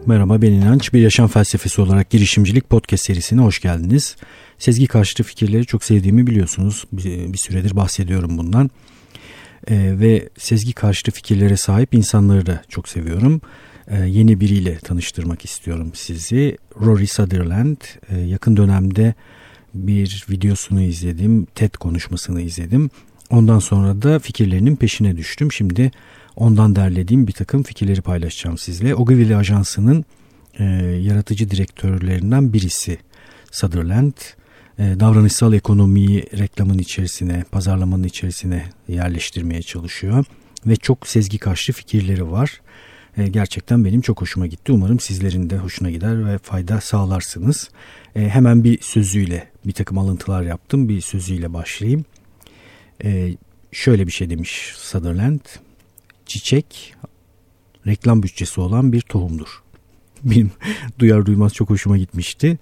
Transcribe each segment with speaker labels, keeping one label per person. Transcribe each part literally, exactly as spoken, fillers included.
Speaker 1: Merhaba, ben İnanç. Bir yaşam felsefesi olarak girişimcilik podcast serisine hoş geldiniz. Sezgi karşıtı fikirleri çok sevdiğimi biliyorsunuz. Bir, bir süredir bahsediyorum bundan. Ee, ve sezgi karşıtı fikirlere sahip insanları da çok seviyorum. Ee, yeni biriyle tanıştırmak istiyorum sizi. Rory Sutherland. Ee, yakın dönemde bir videosunu izledim. TED konuşmasını izledim. Ondan sonra da fikirlerinin peşine düştüm. Şimdi ondan derlediğim bir takım fikirleri paylaşacağım sizle. Ogilvy Ajansı'nın e, yaratıcı direktörlerinden birisi Sutherland. E, davranışsal ekonomiyi reklamın içerisine, pazarlamanın içerisine yerleştirmeye çalışıyor. Ve çok sezgi karşıtı fikirleri var. E, gerçekten benim çok hoşuma gitti. Umarım sizlerin de hoşuna gider ve fayda sağlarsınız. E, hemen bir sözüyle, bir takım alıntılar yaptım. Bir sözüyle başlayayım. E, şöyle bir şey demiş Sutherland. Çiçek reklam bütçesi olan bir tohumdur. Benim duyar duymaz çok hoşuma gitmişti.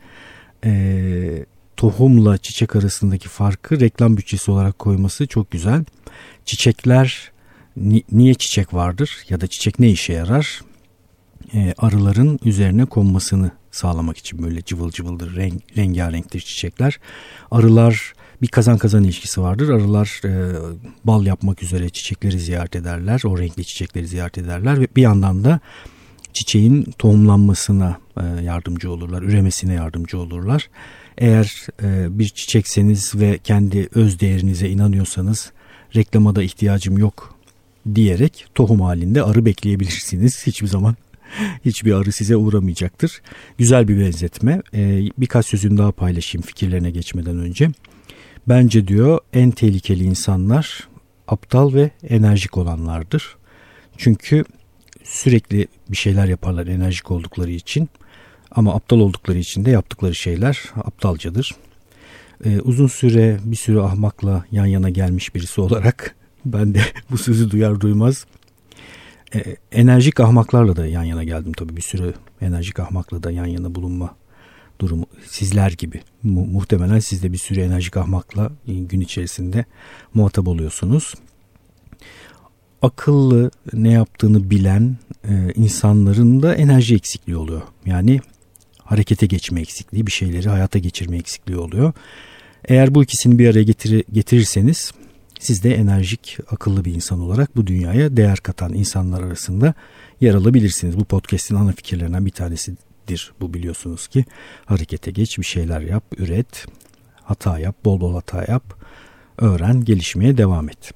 Speaker 1: Ee, tohumla çiçek arasındaki farkı reklam bütçesi olarak koyması çok güzel. Çiçekler ni- niye çiçek vardır ya da çiçek ne işe yarar? Ee, arıların üzerine konmasını sağlamak için böyle cıvıl cıvıldır, renk, rengarenktir çiçekler. Arılar bir kazan kazan ilişkisi vardır. Arılar e, bal yapmak üzere çiçekleri ziyaret ederler. O renkli çiçekleri ziyaret ederler ve bir yandan da çiçeğin tohumlanmasına e, yardımcı olurlar. Üremesine yardımcı olurlar. Eğer e, bir çiçekseniz ve kendi öz değerinize inanıyorsanız reklama da ihtiyacım yok diyerek tohum halinde arı bekleyebilirsiniz. Hiçbir zaman hiçbir arı size uğramayacaktır. Güzel bir benzetme. E, birkaç sözünü daha paylaşayım fikirlerine geçmeden önce. Bence diyor en tehlikeli insanlar aptal ve enerjik olanlardır. Çünkü sürekli bir şeyler yaparlar enerjik oldukları için. Ama aptal oldukları için de yaptıkları şeyler aptalcadır. Ee, uzun süre bir sürü ahmakla yan yana gelmiş birisi olarak ben de bu sözü duyar duymaz ee, enerjik ahmaklarla da yan yana geldim. Tabii bir sürü enerjik ahmakla da yan yana bulunma durumu sizler gibi. Mu- muhtemelen siz de bir sürü enerjik ahmakla gün içerisinde muhatap oluyorsunuz. Akıllı, ne yaptığını bilen e, insanların da enerji eksikliği oluyor. Yani harekete geçme eksikliği, bir şeyleri hayata geçirme eksikliği oluyor. Eğer bu ikisini bir araya getir- getirirseniz siz de enerjik, akıllı bir insan olarak bu dünyaya değer katan insanlar arasında yer alabilirsiniz. Bu podcast'in ana fikirlerinden bir tanesi bu, biliyorsunuz ki harekete geç, bir şeyler yap, üret, hata yap, bol bol hata yap, öğren, gelişmeye devam et.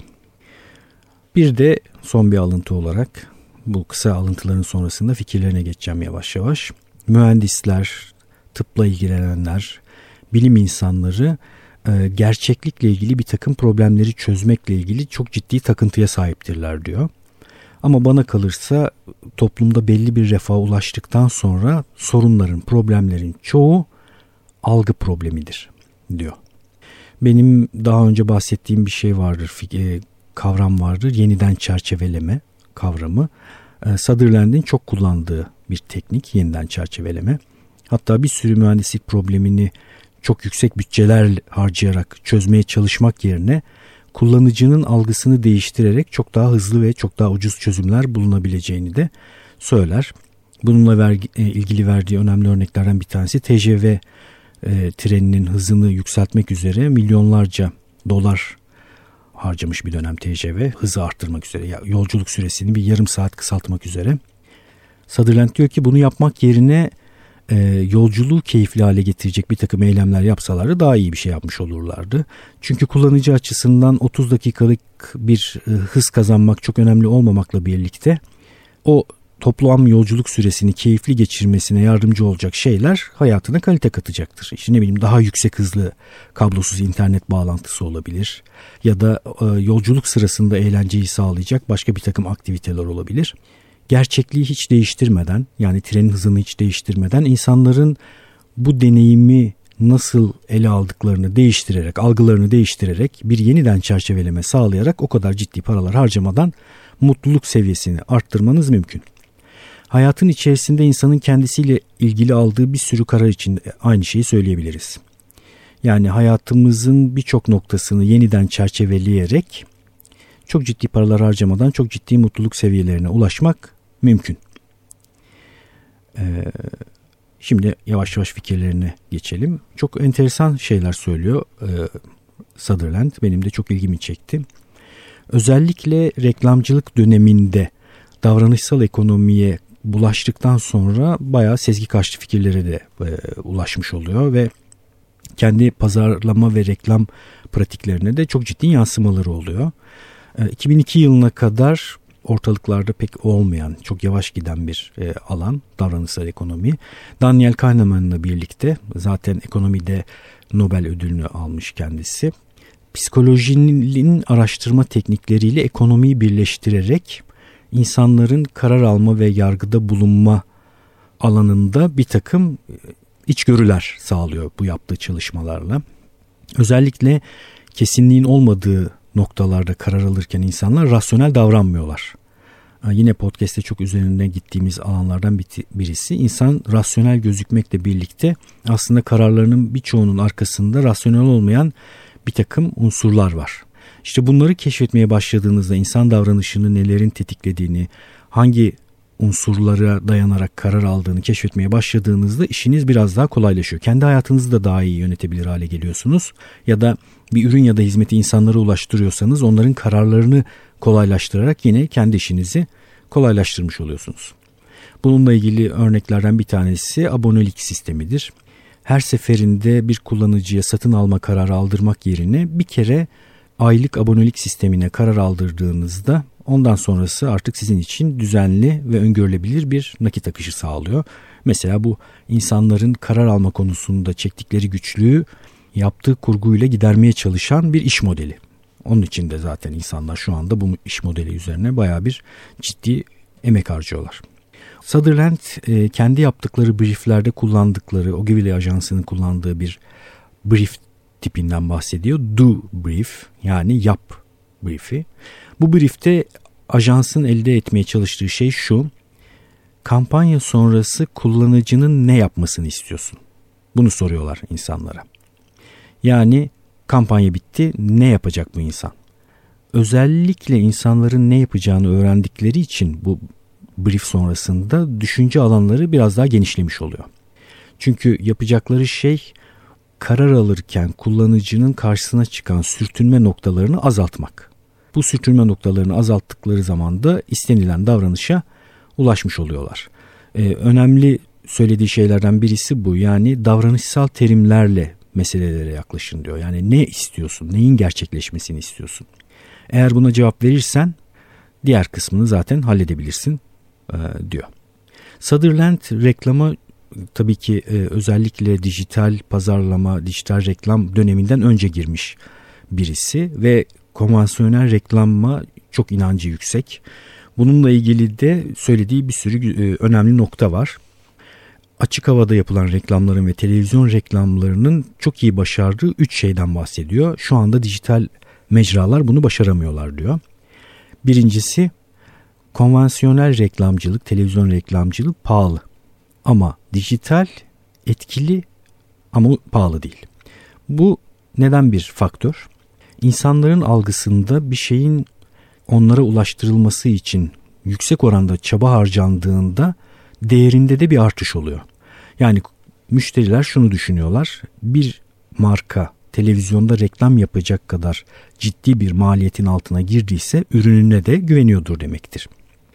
Speaker 1: Bir de son bir alıntı olarak bu kısa alıntıların sonrasında fikirlerine geçeceğim yavaş yavaş. Mühendisler, tıpla ilgilenenler, bilim insanları gerçeklikle ilgili bir takım problemleri çözmekle ilgili çok ciddi takıntıya sahiptirler diyor. Ama bana kalırsa toplumda belli bir refaha ulaştıktan sonra sorunların, problemlerin çoğu algı problemidir diyor. Benim daha önce bahsettiğim bir şey vardır, kavram vardır. Yeniden çerçeveleme kavramı. Sutherland'in çok kullandığı bir teknik, yeniden çerçeveleme. Hatta bir sürü mühendislik problemini çok yüksek bütçeler harcayarak çözmeye çalışmak yerine kullanıcının algısını değiştirerek çok daha hızlı ve çok daha ucuz çözümler bulunabileceğini de söyler. Bununla vergi, e, ilgili verdiği önemli örneklerden bir tanesi T J V e, treninin hızını yükseltmek üzere milyonlarca dolar harcamış bir dönem T J V. Hızı arttırmak üzere, ya, yolculuk süresini bir yarım saat kısaltmak üzere. Sutherland diyor ki bunu yapmak yerine E, yolculuğu keyifli hale getirecek bir takım eylemler yapsalardı daha iyi bir şey yapmış olurlardı. Çünkü kullanıcı açısından otuz dakikalık bir e, hız kazanmak çok önemli olmamakla birlikte o toplam yolculuk süresini keyifli geçirmesine yardımcı olacak şeyler hayatına kalite katacaktır. İşte ne bileyim, daha yüksek hızlı kablosuz internet bağlantısı olabilir ya da e, yolculuk sırasında eğlenceyi sağlayacak başka bir takım aktiviteler olabilir. Gerçekliği hiç değiştirmeden, yani trenin hızını hiç değiştirmeden insanların bu deneyimi nasıl ele aldıklarını değiştirerek, algılarını değiştirerek bir yeniden çerçeveleme sağlayarak o kadar ciddi paralar harcamadan mutluluk seviyesini arttırmanız mümkün. Hayatın içerisinde insanın kendisiyle ilgili aldığı bir sürü karar için aynı şeyi söyleyebiliriz. Yani hayatımızın birçok noktasını yeniden çerçeveleyerek çok ciddi paralar harcamadan çok ciddi mutluluk seviyelerine ulaşmak mümkün. Ee, şimdi yavaş yavaş fikirlerine geçelim. Çok enteresan şeyler söylüyor e, Sutherland. Benim de çok ilgimi çekti. Özellikle reklamcılık döneminde davranışsal ekonomiye bulaştıktan sonra bayağı sezgi karşıtı fikirlere de e, ulaşmış oluyor ve kendi pazarlama ve reklam pratiklerine de çok ciddi yansımaları oluyor. E, iki bin iki yılına kadar ortalıklarda pek olmayan, çok yavaş giden bir e, alan davranışsal ekonomi. Daniel Kahneman'la birlikte, zaten ekonomide Nobel ödülünü almış kendisi, psikolojinin araştırma teknikleriyle ekonomiyi birleştirerek insanların karar alma ve yargıda bulunma alanında bir takım içgörüler sağlıyor bu yaptığı çalışmalarla. Özellikle kesinliğin olmadığı noktalarda karar alırken insanlar rasyonel davranmıyorlar. Yine podcast'te çok üzerine gittiğimiz alanlardan birisi, insan rasyonel gözükmekle birlikte aslında kararlarının birçoğunun arkasında rasyonel olmayan bir takım unsurlar var. İşte bunları keşfetmeye başladığınızda insan davranışını nelerin tetiklediğini, hangi unsurlara dayanarak karar aldığını keşfetmeye başladığınızda işiniz biraz daha kolaylaşıyor. Kendi hayatınızı da daha iyi yönetebilir hale geliyorsunuz. Ya da bir ürün ya da hizmeti insanlara ulaştırıyorsanız onların kararlarını kolaylaştırarak yine kendi işinizi kolaylaştırmış oluyorsunuz. Bununla ilgili örneklerden bir tanesi abonelik sistemidir. Her seferinde bir kullanıcıya satın alma kararı aldırmak yerine bir kere aylık abonelik sistemine karar aldırdığınızda ondan sonrası artık sizin için düzenli ve öngörülebilir bir nakit akışı sağlıyor. Mesela bu insanların karar alma konusunda çektikleri güçlüğü yaptığı kurguyla gidermeye çalışan bir iş modeli. Onun için de zaten insanlar şu anda bu iş modeli üzerine bayağı bir ciddi emek harcıyorlar. Sutherland kendi yaptıkları brieflerde kullandıkları, Ogilvy Ajansı'nın kullandığı bir brief tipinden bahsediyor. Do brief, yani yap brief'i. Bu brief'te ajansın elde etmeye çalıştığı şey şu: kampanya sonrası kullanıcının ne yapmasını istiyorsun? Bunu soruyorlar insanlara. Yani kampanya bitti, ne yapacak bu insan? Özellikle insanların ne yapacağını öğrendikleri için bu brief sonrasında düşünce alanları biraz daha genişlemiş oluyor. Çünkü yapacakları şey karar alırken kullanıcının karşısına çıkan sürtünme noktalarını azaltmak. Bu sürtünme noktalarını azalttıkları zaman da istenilen davranışa ulaşmış oluyorlar. Ee, önemli söylediği şeylerden birisi bu. Yani davranışsal terimlerle meselelere yaklaşın diyor. Yani ne istiyorsun? Neyin gerçekleşmesini istiyorsun? Eğer buna cevap verirsen diğer kısmını zaten halledebilirsin e, diyor. Sutherland reklama tabii ki e, özellikle dijital pazarlama, dijital reklam döneminden önce girmiş birisi ve konvansiyonel reklama çok inancı yüksek. Bununla ilgili de söylediği bir sürü e, önemli nokta var. Açık havada yapılan reklamların ve televizyon reklamlarının çok iyi başardığı üç şeyden bahsediyor. Şu anda dijital mecralar bunu başaramıyorlar diyor. Birincisi, konvansiyonel reklamcılık, televizyon reklamcılık pahalı. Ama dijital etkili ama pahalı değil. Bu neden bir faktör? İnsanların algısında bir şeyin onlara ulaştırılması için yüksek oranda çaba harcandığında değerinde de bir artış oluyor. Yani müşteriler şunu düşünüyorlar: bir marka televizyonda reklam yapacak kadar ciddi bir maliyetin altına girdiyse ürününe de güveniyordur demektir.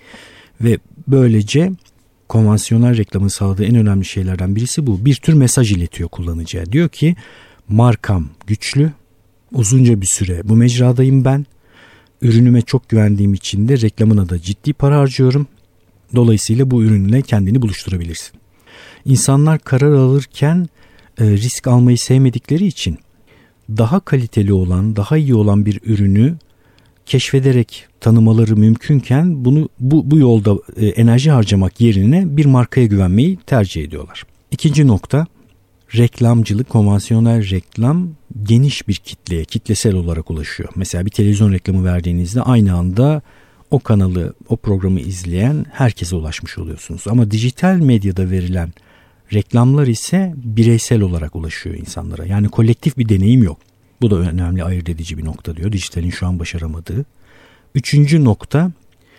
Speaker 1: Ve böylece konvansiyonel reklamın sağladığı en önemli şeylerden birisi bu. Bir tür mesaj iletiyor kullanıcıya. Diyor ki markam güçlü, uzunca bir süre bu mecradayım ben, ürünüme çok güvendiğim için de reklamına da ciddi para harcıyorum. Dolayısıyla bu ürünle kendini buluşturabilirsin. İnsanlar karar alırken e, risk almayı sevmedikleri için daha kaliteli olan, daha iyi olan bir ürünü keşfederek tanımaları mümkünken bunu bu, bu yolda e, enerji harcamak yerine bir markaya güvenmeyi tercih ediyorlar. İkinci nokta, reklamcılık, konvansiyonel reklam geniş bir kitleye, kitlesel olarak ulaşıyor. Mesela bir televizyon reklamı verdiğinizde aynı anda o kanalı, o programı izleyen herkese ulaşmış oluyorsunuz. Ama dijital medyada verilen reklamlar ise bireysel olarak ulaşıyor insanlara. Yani kolektif bir deneyim yok. Bu da önemli, ayırt edici bir nokta diyor dijitalin şu an başaramadığı. Üçüncü nokta,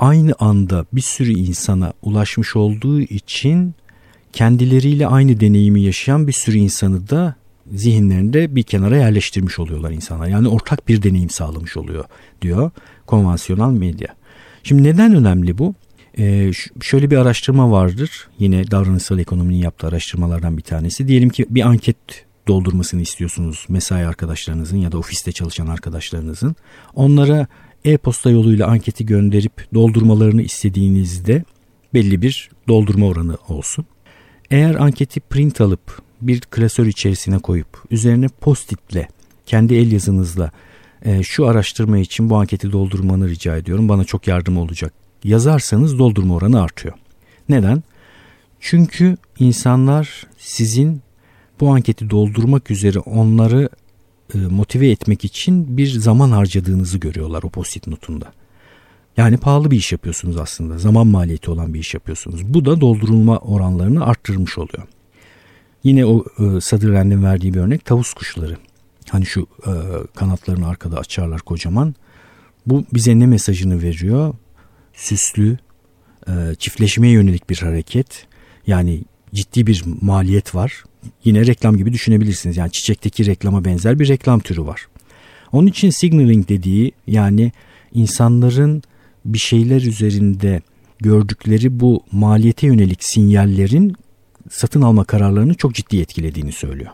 Speaker 1: aynı anda bir sürü insana ulaşmış olduğu için kendileriyle aynı deneyimi yaşayan bir sürü insanı da zihinlerinde bir kenara yerleştirmiş oluyorlar insanlar. Yani ortak bir deneyim sağlamış oluyor diyor konvansiyonel medya. Şimdi neden önemli bu? Ee, şöyle bir araştırma vardır. Yine davranışsal ekonominin yaptığı araştırmalardan bir tanesi. Diyelim ki bir anket doldurmasını istiyorsunuz mesai arkadaşlarınızın ya da ofiste çalışan arkadaşlarınızın. Onlara e-posta yoluyla anketi gönderip doldurmalarını istediğinizde belli bir doldurma oranı olsun. Eğer anketi print alıp bir klasör içerisine koyup üzerine post-it'le kendi el yazınızla e, şu araştırma için bu anketi doldurmanı rica ediyorum, bana çok yardım olacak yazarsanız doldurma oranı artıyor. Neden? Çünkü insanlar sizin bu anketi doldurmak üzere onları e, motive etmek için bir zaman harcadığınızı görüyorlar o post-it notunda. Yani pahalı bir iş yapıyorsunuz aslında. Zaman maliyeti olan bir iş yapıyorsunuz. Bu da doldurulma oranlarını arttırmış oluyor. Yine o e, Sutherland'in verdiği bir örnek tavus kuşları. Hani şu e, kanatlarını arkada açarlar kocaman. Bu bize ne mesajını veriyor? Süslü, e, çiftleşmeye yönelik bir hareket. Yani ciddi bir maliyet var. Yine reklam gibi düşünebilirsiniz. Yani çiçekteki reklama benzer bir reklam türü var. Onun için signaling dediği, yani insanların bir şeyler üzerinde gördükleri bu maliyete yönelik sinyallerin satın alma kararlarını çok ciddi etkilediğini söylüyor.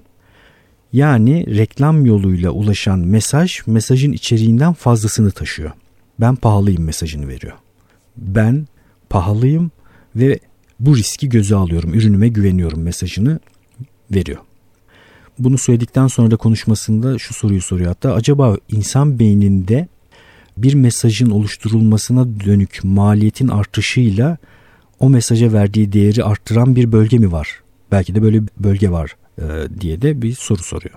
Speaker 1: Yani reklam yoluyla ulaşan mesaj mesajın içeriğinden fazlasını taşıyor. Ben pahalıyım mesajını veriyor. Ben pahalıyım ve bu riski göze alıyorum, ürünüme güveniyorum mesajını veriyor. Bunu söyledikten sonra da konuşmasında şu soruyu soruyor hatta, acaba insan beyninde bir mesajın oluşturulmasına dönük maliyetin artışıyla o mesaja verdiği değeri arttıran bir bölge mi var? Belki de böyle bir bölge var e, diye de bir soru soruyor.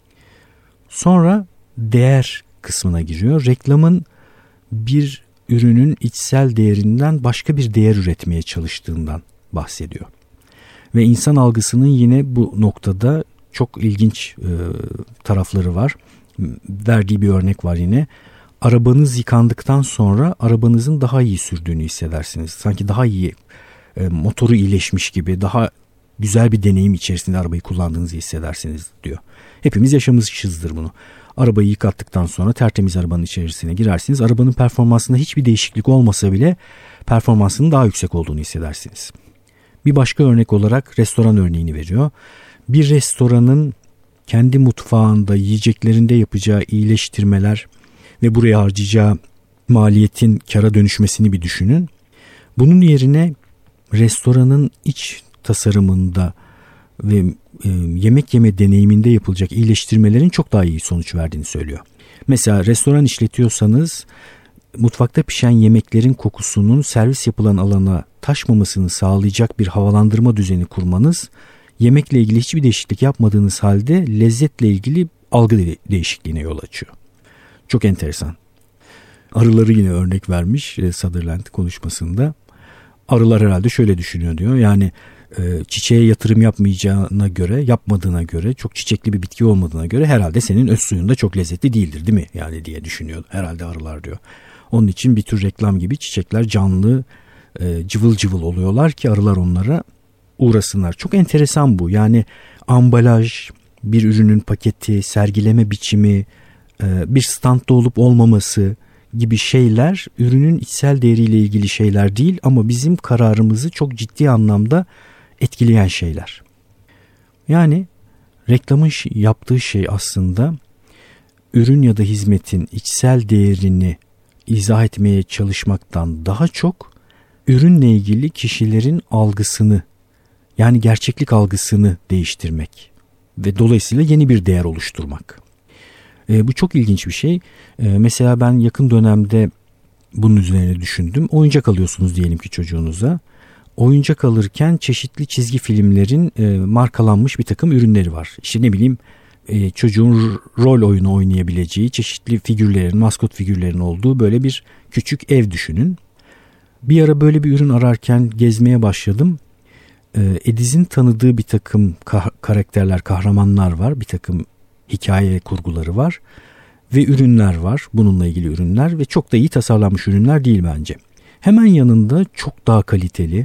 Speaker 1: Sonra değer kısmına giriyor. Reklamın bir ürünün içsel değerinden başka bir değer üretmeye çalıştığından bahsediyor. Ve insan algısının yine bu noktada çok ilginç e, tarafları var. Verdiği bir örnek var yine. Arabanız yıkandıktan sonra arabanızın daha iyi sürdüğünü hissedersiniz. Sanki daha iyi, e, motoru iyileşmiş gibi, daha güzel bir deneyim içerisinde arabayı kullandığınızı hissedersiniz diyor. Hepimiz yaşamışızdır bunu. Arabayı yıkattıktan sonra tertemiz arabanın içerisine girersiniz. Arabanın performansında hiçbir değişiklik olmasa bile performansının daha yüksek olduğunu hissedersiniz. Bir başka örnek olarak restoran örneğini veriyor. Bir restoranın kendi mutfağında, yiyeceklerinde yapacağı iyileştirmeler ve buraya harcayacağı maliyetin kâra dönüşmesini bir düşünün. Bunun yerine restoranın iç tasarımında ve e, yemek yeme deneyiminde yapılacak iyileştirmelerin çok daha iyi sonuç verdiğini söylüyor. Mesela restoran işletiyorsanız mutfakta pişen yemeklerin kokusunun servis yapılan alana taşmamasını sağlayacak bir havalandırma düzeni kurmanız, yemekle ilgili hiçbir değişiklik yapmadığınız halde lezzetle ilgili algı değişikliğine yol açıyor. Çok enteresan. Arıları yine örnek vermiş Sutherland konuşmasında. Arılar herhalde şöyle düşünüyor diyor. Yani e, çiçeğe yatırım yapmayacağına göre, yapmadığına göre, çok çiçekli bir bitki olmadığına göre herhalde senin öz suyun da çok lezzetli değildir değil mi? Yani diye düşünüyor herhalde arılar diyor. Onun için bir tür reklam gibi çiçekler canlı, e, cıvıl cıvıl oluyorlar ki arılar onlara uğrasınlar. Çok enteresan bu. Yani ambalaj, bir ürünün paketi, sergileme biçimi, e, bir standta olup olmaması gibi şeyler ürünün içsel değeriyle ilgili şeyler değil ama bizim kararımızı çok ciddi anlamda etkileyen şeyler. Yani reklamın yaptığı şey aslında ürün ya da hizmetin içsel değerini izah etmeye çalışmaktan daha çok ürünle ilgili kişilerin algısını, yani gerçeklik algısını değiştirmek ve dolayısıyla yeni bir değer oluşturmak. E, bu çok ilginç bir şey. E, mesela ben yakın dönemde bunun üzerine düşündüm. Oyuncak alıyorsunuz diyelim ki çocuğunuza. Oyuncak alırken çeşitli çizgi filmlerin e, markalanmış bir takım ürünleri var. İşte ne bileyim e, çocuğun rol oyunu oynayabileceği çeşitli figürlerin, maskot figürlerin olduğu böyle bir küçük ev düşünün. Bir ara böyle bir ürün ararken gezmeye başladım. E, Ediz'in tanıdığı bir takım kah- karakterler, kahramanlar var. Bir takım hikaye kurguları var ve ürünler var. Bununla ilgili ürünler ve çok da iyi tasarlanmış ürünler değil bence. Hemen yanında çok daha kaliteli,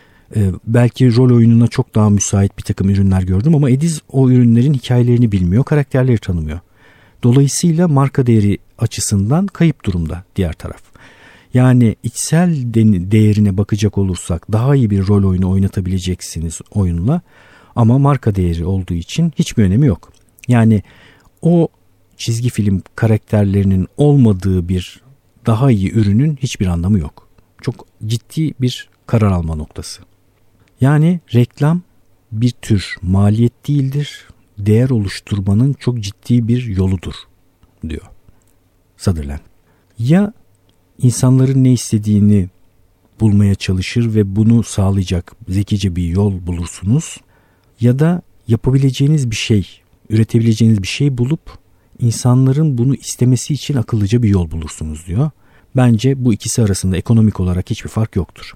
Speaker 1: belki rol oyununa çok daha müsait bir takım ürünler gördüm ama Ediz o ürünlerin hikayelerini bilmiyor, karakterleri tanımıyor. Dolayısıyla marka değeri açısından kayıp durumda diğer taraf. Yani içsel değerine bakacak olursak daha iyi bir rol oyunu oynatabileceksiniz oyunla ama marka değeri olduğu için hiçbir önemi yok. Yani o çizgi film karakterlerinin olmadığı bir daha iyi ürünün hiçbir anlamı yok. Çok ciddi bir karar alma noktası. Yani reklam bir tür maliyet değildir, değer oluşturmanın çok ciddi bir yoludur diyor Sutherland. Ya insanların ne istediğini bulmaya çalışır ve bunu sağlayacak zekice bir yol bulursunuz ya da yapabileceğiniz bir şey, üretebileceğiniz bir şey bulup insanların bunu istemesi için akıllıca bir yol bulursunuz diyor. Bence bu ikisi arasında ekonomik olarak hiçbir fark yoktur.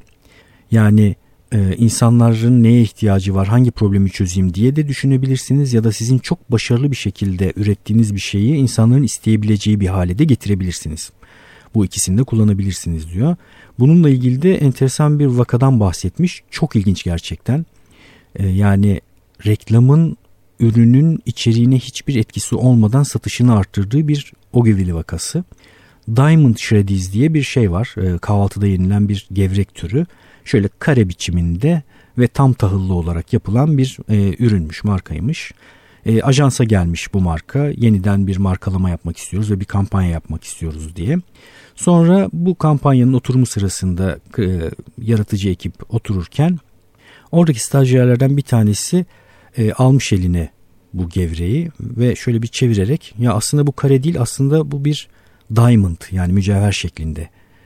Speaker 1: Yani e, insanların neye ihtiyacı var, hangi problemi çözeyim diye de düşünebilirsiniz ya da sizin çok başarılı bir şekilde ürettiğiniz bir şeyi insanların isteyebileceği bir hale de getirebilirsiniz. Bu ikisini de kullanabilirsiniz diyor. Bununla ilgili de enteresan bir vakadan bahsetmiş. Çok ilginç gerçekten. E, yani reklamın ürünün içeriğine hiçbir etkisi olmadan satışını arttırdığı bir Ogilvy vakası. Diamond Shreddies diye bir şey var. E, kahvaltıda yenilen bir gevrek türü. Şöyle kare biçiminde ve tam tahıllı olarak yapılan bir e, ürünmüş, markaymış. E, ajansa gelmiş bu marka. Yeniden bir markalama yapmak istiyoruz ve bir kampanya yapmak istiyoruz diye. Sonra bu kampanyanın oturumu sırasında e, yaratıcı ekip otururken oradaki stajyerlerden bir tanesi e, almış eline bu gevreği ve şöyle bir çevirerek ya aslında bu kare değil, aslında bu bir diamond, yani mücevher şeklinde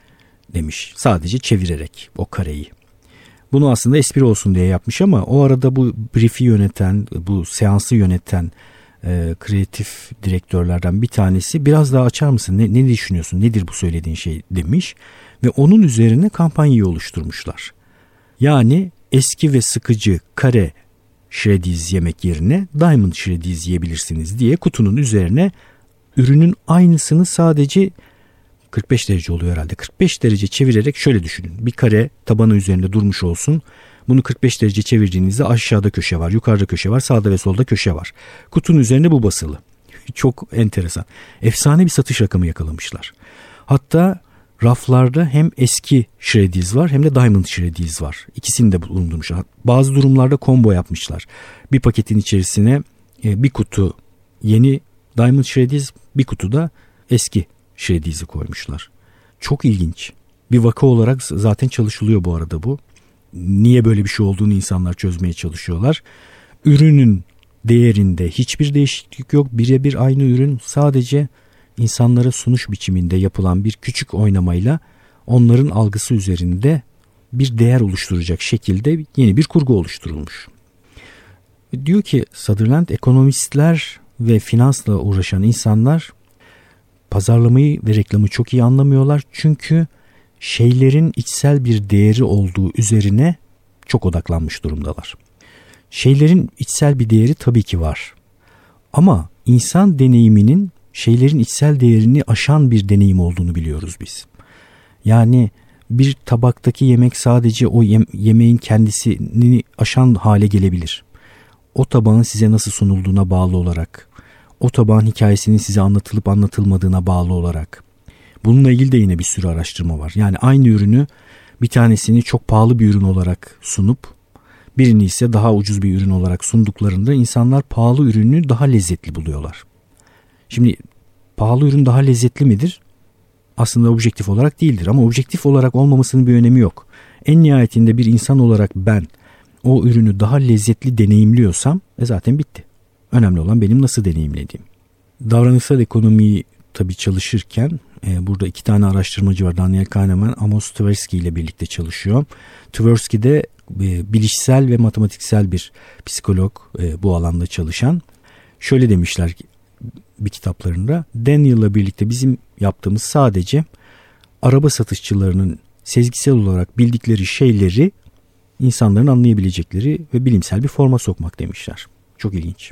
Speaker 1: demiş. Sadece çevirerek o kareyi. Bunu aslında espri olsun diye yapmış ama o arada bu brief'i yöneten, bu seansı yöneten e, kreatif direktörlerden bir tanesi biraz daha açar mısın? Ne, ne düşünüyorsun? Nedir bu söylediğin şey demiş ve onun üzerine kampanyayı oluşturmuşlar. Yani eski ve sıkıcı kare Shreddies yemek yerine Diamond Shreddies yiyebilirsiniz diye kutunun üzerine ürünün aynısını sadece kırk beş derece oluyor herhalde. kırk beş derece çevirerek şöyle düşünün. Bir kare tabanı üzerinde durmuş olsun. Bunu kırk beş derece çevirdiğinizde aşağıda köşe var, yukarıda köşe var, sağda ve solda köşe var. Kutunun üzerinde bu basılı. Çok enteresan. Efsane bir satış rakamı yakalamışlar. Hatta raflarda hem eski Shreddies var hem de Diamond Shreddies var. İkisini de bulundurmuşlar. Bazı durumlarda combo yapmışlar. Bir paketin içerisine bir kutu yeni Diamond Shreddies, bir kutu da eski Shreddies'i koymuşlar. Çok ilginç. Bir vaka olarak zaten çalışılıyor bu arada bu. Niye böyle bir şey olduğunu insanlar çözmeye çalışıyorlar. Ürünün değerinde hiçbir değişiklik yok. Birebir aynı ürün, sadece insanlara sunuş biçiminde yapılan bir küçük oynamayla onların algısı üzerinde bir değer oluşturacak şekilde yeni bir kurgu oluşturulmuş. Diyor ki Sutherland, ekonomistler ve finansla uğraşan insanlar pazarlamayı ve reklamı çok iyi anlamıyorlar. Çünkü şeylerin içsel bir değeri olduğu üzerine çok odaklanmış durumdalar. Şeylerin içsel bir değeri tabii ki var. Ama insan deneyiminin şeylerin içsel değerini aşan bir deneyim olduğunu biliyoruz biz. Yani bir tabaktaki yemek sadece o yem- yemeğin kendisini aşan hale gelebilir. O tabağın size nasıl sunulduğuna bağlı olarak, o tabağın hikayesinin size anlatılıp anlatılmadığına bağlı olarak. Bununla ilgili de yine bir sürü araştırma var. Yani aynı ürünü, bir tanesini çok pahalı bir ürün olarak sunup birini ise daha ucuz bir ürün olarak sunduklarında insanlar pahalı ürünü daha lezzetli buluyorlar. Şimdi pahalı ürün daha lezzetli midir? Aslında objektif olarak değildir ama objektif olarak olmamasının bir önemi yok. En nihayetinde bir insan olarak ben o ürünü daha lezzetli deneyimliyorsam e zaten bitti. Önemli olan benim nasıl deneyimlediğim. Davranışsal ekonomiyi tabii çalışırken e, burada iki tane araştırmacı var. Daniel Kahneman, Amos Tversky ile birlikte çalışıyor. Tversky de e, bilişsel ve matematiksel bir psikolog, e, bu alanda çalışan. Şöyle demişler ki bir kitaplarında, Daniel'la birlikte bizim yaptığımız sadece araba satışçılarının sezgisel olarak bildikleri şeyleri insanların anlayabilecekleri ve bilimsel bir forma sokmak demişler. Çok ilginç.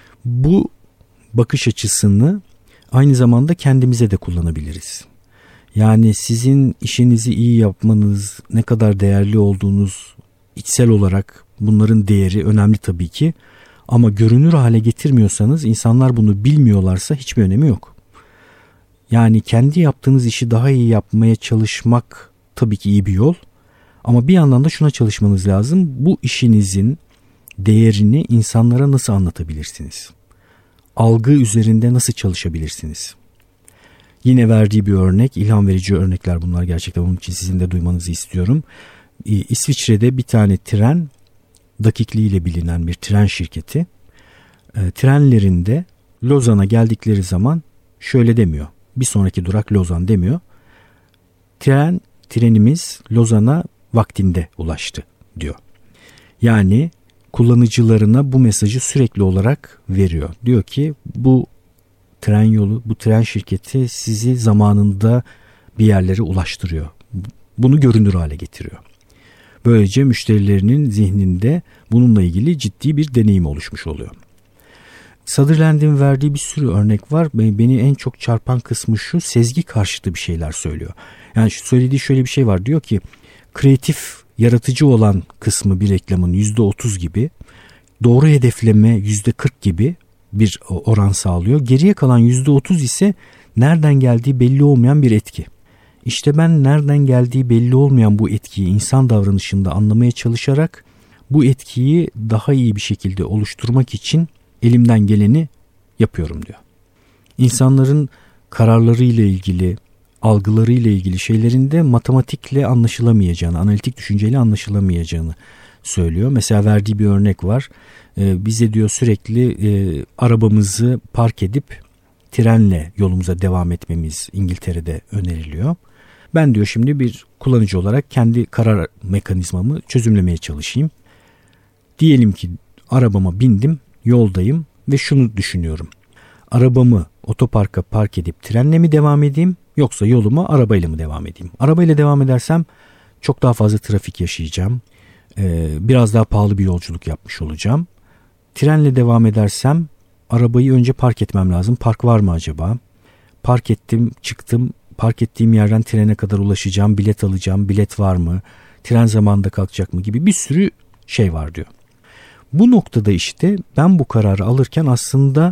Speaker 1: Bu bakış açısını aynı zamanda kendimize de kullanabiliriz. Yani sizin işinizi iyi yapmanız, ne kadar değerli olduğunuz içsel olarak bunların değeri önemli tabii ki. Ama görünür hale getirmiyorsanız, insanlar bunu bilmiyorlarsa hiçbir önemi yok. Yani kendi yaptığınız işi daha iyi yapmaya çalışmak tabii ki iyi bir yol. Ama bir yandan da şuna çalışmanız lazım. Bu işinizin değerini insanlara nasıl anlatabilirsiniz? Algı üzerinde nasıl çalışabilirsiniz? Yine verdiği bir örnek, ilham verici örnekler bunlar gerçekten, onun için sizin de duymanızı istiyorum. İsviçre'de bir tane tren, dakikliğiyle bilinen bir tren şirketi, trenlerinde Lozan'a geldikleri zaman şöyle demiyor. Bir sonraki durak Lozan demiyor. Tren, trenimiz Lozan'a vaktinde ulaştı diyor. Yani kullanıcılarına bu mesajı sürekli olarak veriyor. Diyor ki bu tren yolu, bu tren şirketi sizi zamanında bir yerlere ulaştırıyor. Bunu görünür hale getiriyor. Böylece müşterilerinin zihninde bununla ilgili ciddi bir deneyim oluşmuş oluyor. Sutherland'in verdiği bir sürü örnek var. Beni en çok çarpan kısmı şu: sezgi karşıtı bir şeyler söylüyor. Yani söylediği şöyle bir şey var. Diyor ki kreatif, yaratıcı olan kısmı bir reklamın yüzde otuz gibi, doğru hedefleme yüzde kırk gibi bir oran sağlıyor. Geriye kalan yüzde otuz ise nereden geldiği belli olmayan bir etki. İşte ben nereden geldiği belli olmayan bu etkiyi insan davranışında anlamaya çalışarak bu etkiyi daha iyi bir şekilde oluşturmak için elimden geleni yapıyorum diyor. İnsanların kararlarıyla ilgili, algılarıyla ilgili şeylerinde matematikle anlaşılamayacağını, analitik düşünceyle anlaşılamayacağını söylüyor. Mesela verdiği bir örnek var. Ee, bize diyor sürekli e, arabamızı park edip trenle yolumuza devam etmemiz İngiltere'de öneriliyor. Ben diyor şimdi bir kullanıcı olarak kendi karar mekanizmamı çözümlemeye çalışayım. Diyelim ki arabama bindim, yoldayım ve şunu düşünüyorum. Arabamı otoparka park edip trenle mi devam edeyim, yoksa yoluma arabayla mı devam edeyim? Arabayla devam edersem çok daha fazla trafik yaşayacağım. Ee, biraz daha pahalı bir yolculuk yapmış olacağım. Trenle devam edersem arabayı önce park etmem lazım. Park var mı acaba? Park ettim, çıktım. Park ettiğim yerden trene kadar ulaşacağım. Bilet alacağım. Bilet var mı? Tren zamanında kalkacak mı gibi bir sürü şey var diyor. Bu noktada işte ben bu kararı alırken aslında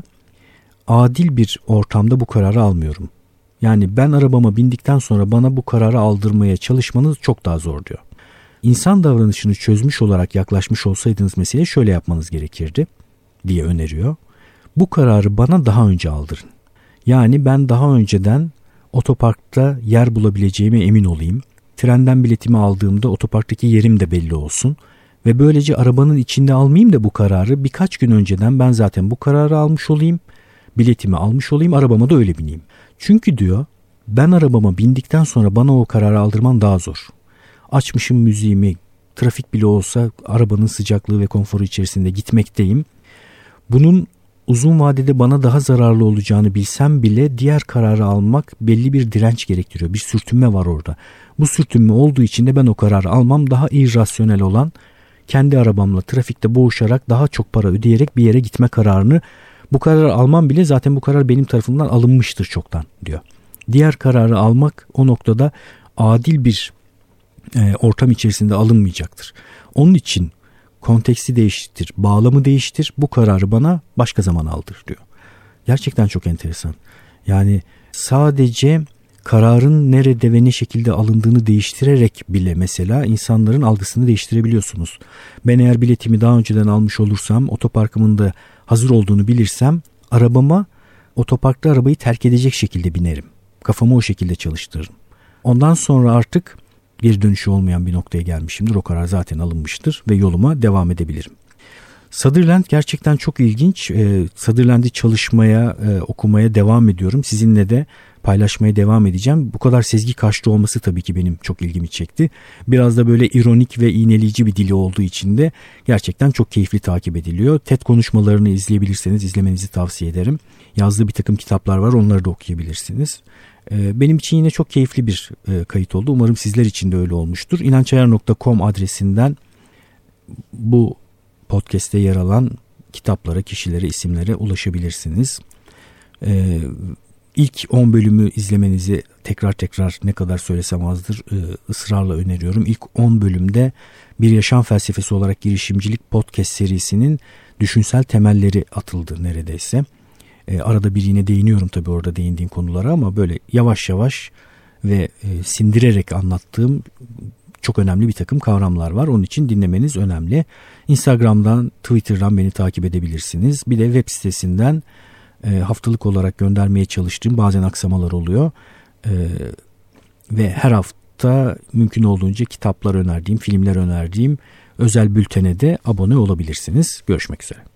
Speaker 1: adil bir ortamda bu kararı almıyorum. Yani ben arabama bindikten sonra bana bu kararı aldırmaya çalışmanız çok daha zor diyor. İnsan davranışını çözmüş olarak yaklaşmış olsaydınız meseleye şöyle yapmanız gerekirdi diye öneriyor. Bu kararı bana daha önce aldırın. Yani ben daha önceden otoparkta yer bulabileceğime emin olayım. Trenden biletimi aldığımda otoparktaki yerim de belli olsun. Ve böylece arabanın içinde almayayım da bu kararı, birkaç gün önceden ben zaten bu kararı almış olayım. Biletimi almış olayım, arabama da öyle bineyim. Çünkü diyor ben arabama bindikten sonra bana o kararı aldırman daha zor. Açmışım müziğimi, trafik bile olsa arabanın sıcaklığı ve konforu içerisinde gitmekteyim. Bunun uzun vadede bana daha zararlı olacağını bilsem bile diğer kararı almak belli bir direnç gerektiriyor. Bir sürtünme var orada. Bu sürtünme olduğu için de ben o kararı almam, daha irrasyonel olan kendi arabamla trafikte boğuşarak daha çok para ödeyerek bir yere gitme kararını, bu kararı almam bile zaten bu karar benim tarafımdan alınmıştır çoktan diyor. Diğer kararı almak o noktada adil bir e, ortam içerisinde alınmayacaktır. Onun için konteksti değiştir, bağlamı değiştir, bu kararı bana başka zaman aldır diyor. Gerçekten çok enteresan. Yani sadece kararın nerede ve ne şekilde alındığını değiştirerek bile mesela insanların algısını değiştirebiliyorsunuz. Ben eğer biletimi daha önceden almış olursam, otoparkımın da hazır olduğunu bilirsem, arabama otoparkta arabayı terk edecek şekilde binerim. Kafamı o şekilde çalıştırırım. Ondan sonra artık geri dönüşü olmayan bir noktaya gelmişimdir. O karar zaten alınmıştır ve yoluma devam edebilirim. Sutherland gerçekten çok ilginç. E, Sutherland'i çalışmaya, e, okumaya devam ediyorum. Sizinle de paylaşmaya devam edeceğim. Bu kadar sezgi karşıtı olması tabii ki benim çok ilgimi çekti. Biraz da böyle ironik ve iğneleyici bir dili olduğu için de gerçekten çok keyifli takip ediliyor. TED konuşmalarını izleyebilirseniz izlemenizi tavsiye ederim. Yazdığı bir takım kitaplar var, onları da okuyabilirsiniz. Benim için yine çok keyifli bir kayıt oldu. Umarım sizler için de öyle olmuştur. inançayar nokta com adresinden bu podcast'te yer alan kitaplara, kişilere, isimlere ulaşabilirsiniz. İlk on bölümü izlemenizi tekrar tekrar ne kadar söylesem azdır ısrarla öneriyorum. İlk on bölümde bir yaşam felsefesi olarak girişimcilik podcast serisinin düşünsel temelleri atıldı neredeyse. Arada bir yine değiniyorum tabii orada değindiğim konulara ama böyle yavaş yavaş ve sindirerek anlattığım çok önemli bir takım kavramlar var. Onun için dinlemeniz önemli. Instagram'dan, Twitter'dan beni takip edebilirsiniz. Bir de web sitesinden haftalık olarak göndermeye çalıştığım bazen aksamalar oluyor. Ve her hafta mümkün olduğunca kitaplar önerdiğim, filmler önerdiğim özel bültene de abone olabilirsiniz. Görüşmek üzere.